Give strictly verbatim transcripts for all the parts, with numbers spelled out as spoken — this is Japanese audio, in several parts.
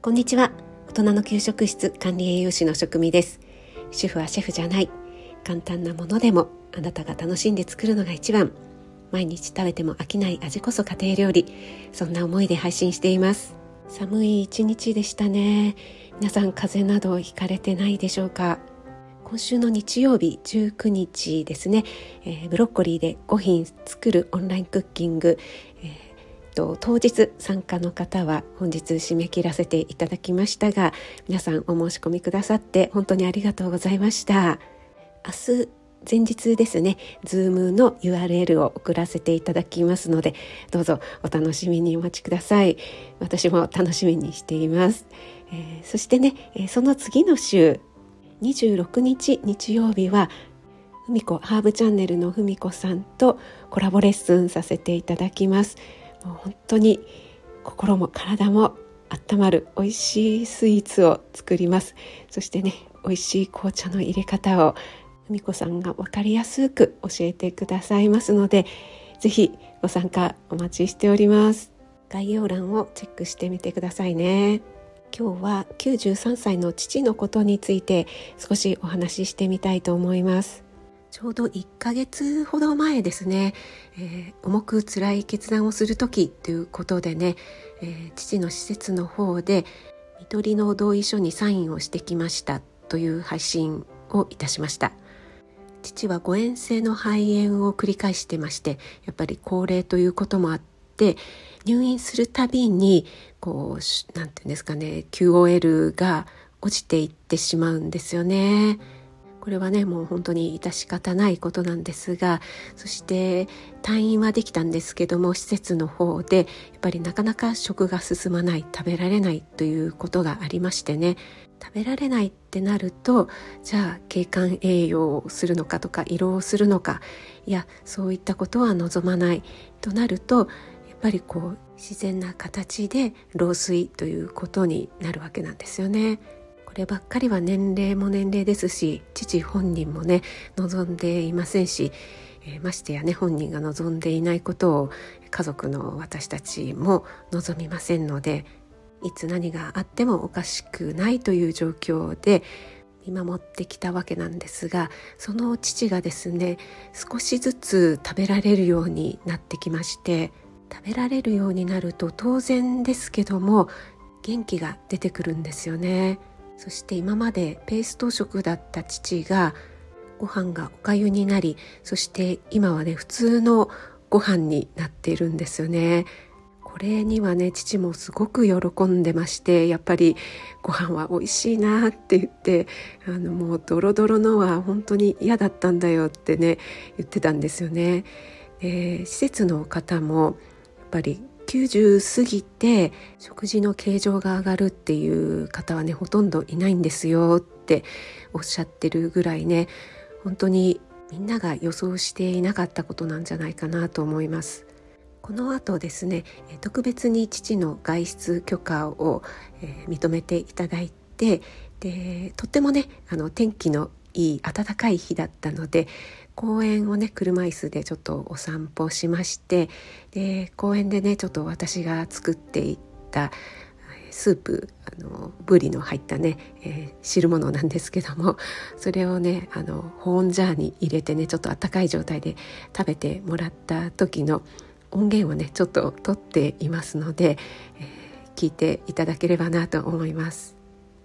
こんにちは。大人の給食室管理栄養士の食味です。主婦はシェフじゃない。簡単なものでもあなたが楽しんで作るのが一番。毎日食べても飽きない味こそ家庭料理。そんな思いで配信しています。寒い一日でしたね。皆さん風邪などひかれてないでしょうか。今週の日曜日じゅうくにちですね、えー、ブロッコリーでごひん作るオンラインクッキング、えー当日参加の方は本日締め切らせていただきましたが、皆さんお申し込みくださって本当にありがとうございました。明日前日ですね、Zoom の ユーアールエル を送らせていただきますので、どうぞお楽しみにお待ちください。私も楽しみにしています。えー、そしてね、その次の週にじゅうろくにち日曜日はふみこハーブチャンネルのふみこさんとコラボレッスンさせていただきます。もう本当に心も体も温まる美味しいスイーツを作ります。そしてね、美味しい紅茶の入れ方をふみこさんが分かりやすく教えてくださいますので、ぜひご参加お待ちしております。概要欄をチェックしてみてくださいね。今日はきゅうじゅうさんさいの父のことについて少しお話ししてみたいと思います。ちょうどいっかげつほど前ですね、えー、重く辛い決断をする時ということでね、えー、父の施設の方で看取りの同意書にサインをしてきましたという配信をいたしました。父は誤嚥性の肺炎を繰り返してまして、やっぱり高齢ということもあって入院するたびにこうなんていうんですかね、 キューオーエル が落ちていってしまうんですよね。これはね、もう本当に致し方ないことなんですが、そして退院はできたんですけども、施設の方でやっぱりなかなか食が進まない、食べられないということがありましてね、食べられないってなると、じゃあ経管栄養をするのかとか胃ろうをするのか、いやそういったことは望まないとなると、やっぱりこう自然な形で老衰ということになるわけなんですよね。こればっかりは年齢も年齢ですし、父本人もね望んでいませんし、えー、ましてやね本人が望んでいないことを家族の私たちも望みませんので、いつ何があってもおかしくないという状況で見守ってきたわけなんですが、その父がですね少しずつ食べられるようになってきまして、食べられるようになると当然ですけども元気が出てくるんですよね。そして今までペースト食だった父がご飯がおかゆになり、そして今はね普通のご飯になっているんですよね。これにはね父もすごく喜んでまして、やっぱりご飯は美味しいなって言って、あのもうドロドロのは本当に嫌だったんだよってね言ってたんですよね。で、施設の方もやっぱりきゅうじゅう過ぎて食事の形状が上がるっていう方はねほとんどいないんですよっておっしゃってるぐらいね、本当にみんなが予想していなかったことなんじゃないかなと思います。この後ですね、特別に父の外出許可を、えー、認めていただいて、でとってもねあの天気のいい暖かい日だったので、公園をね車椅子でちょっとお散歩しまして、で公園でねちょっと私が作っていったスープ、あのブリの入ったね、えー、汁物なんですけども、それをねあの保温ジャーに入れてねちょっと温かい状態で食べてもらった時の音源をねちょっと撮っていますので、えー、聞いていただければなと思います。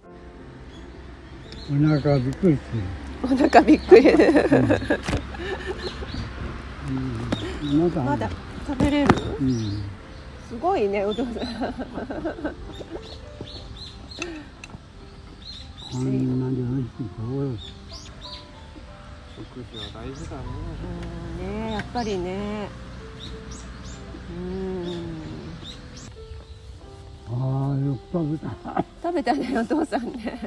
お腹びっくりする。 お腹びっくり、 うん、まだまだ食べれる、 うん、 すごいねお父さんこんなに美味しいそう食事は大事だね。 うんね、やっぱりね、うん、 ああよく食べた食べたねお父さんね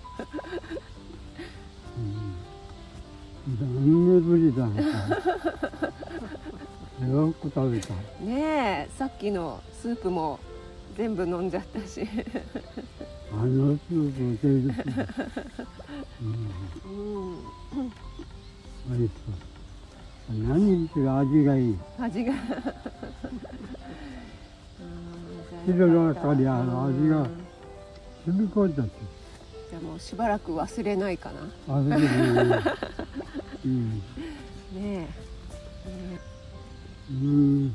何年ぶりだよく食べたねえ、さっきのスープも全部飲んじゃったしあのスープおいしいですね、うんうん、 美味しそう。何にしろ味がいい。 味が汁の中にあの味が踏み込んじゃって。 じゃあもうしばらく忘れないかな。 あれでね、うん、 ねえ、ねうん、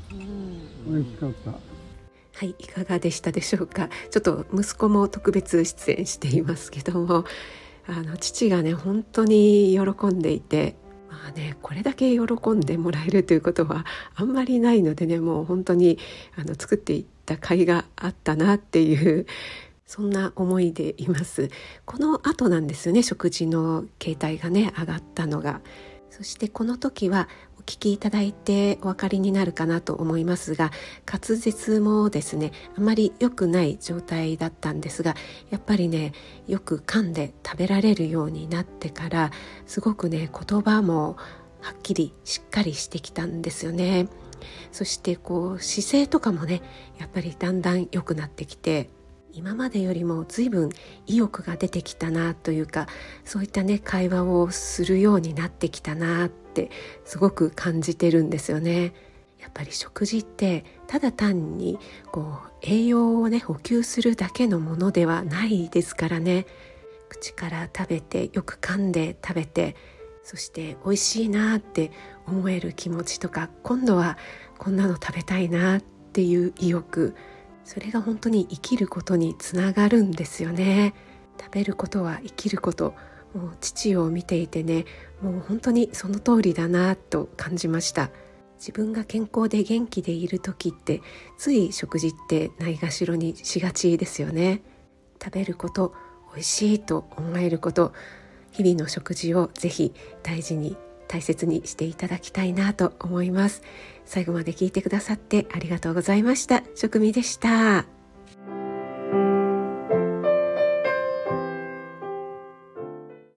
え、うん、 美味しかった。 はい、いかがでしたでしょうか。ちょっと息子も特別出演していますけども、あの父がね本当に喜んでいて、まあね、これだけ喜んでもらえるということはあんまりないのでね、もう本当にあの作っていった甲斐があったなっていう、そんな思いでいます。この後なんですよね、食事の形態がね上がったのが。そしてこの時はお聞きいただいてお分かりになるかなと思いますが、滑舌もですねあまり良くない状態だったんですが、やっぱりねよく噛んで食べられるようになってから、すごくね言葉もはっきりしっかりしてきたんですよね。そしてこう姿勢とかもねやっぱりだんだん良くなってきて、今までよりも随分意欲が出てきたなというか、そういったね会話をするようになってきたなってすごく感じてるんですよね。やっぱり食事ってただ単にこう栄養をね補給するだけのものではないですからね。口から食べて、よく噛んで食べて、そして美味しいなって思える気持ちとか、今度はこんなの食べたいなっていう意欲、それが本当に生きることにつながるんですよね。食べることは生きること、もう父を見ていてね、もう本当にその通りだなと感じました。自分が健康で元気でいる時ってつい食事ってないがしろにしがちですよね。食べること、美味しいと思えること、日々の食事をぜひ大事に大切にしていただきたいなと思います。最後まで聞いてくださってありがとうございました。食味でした。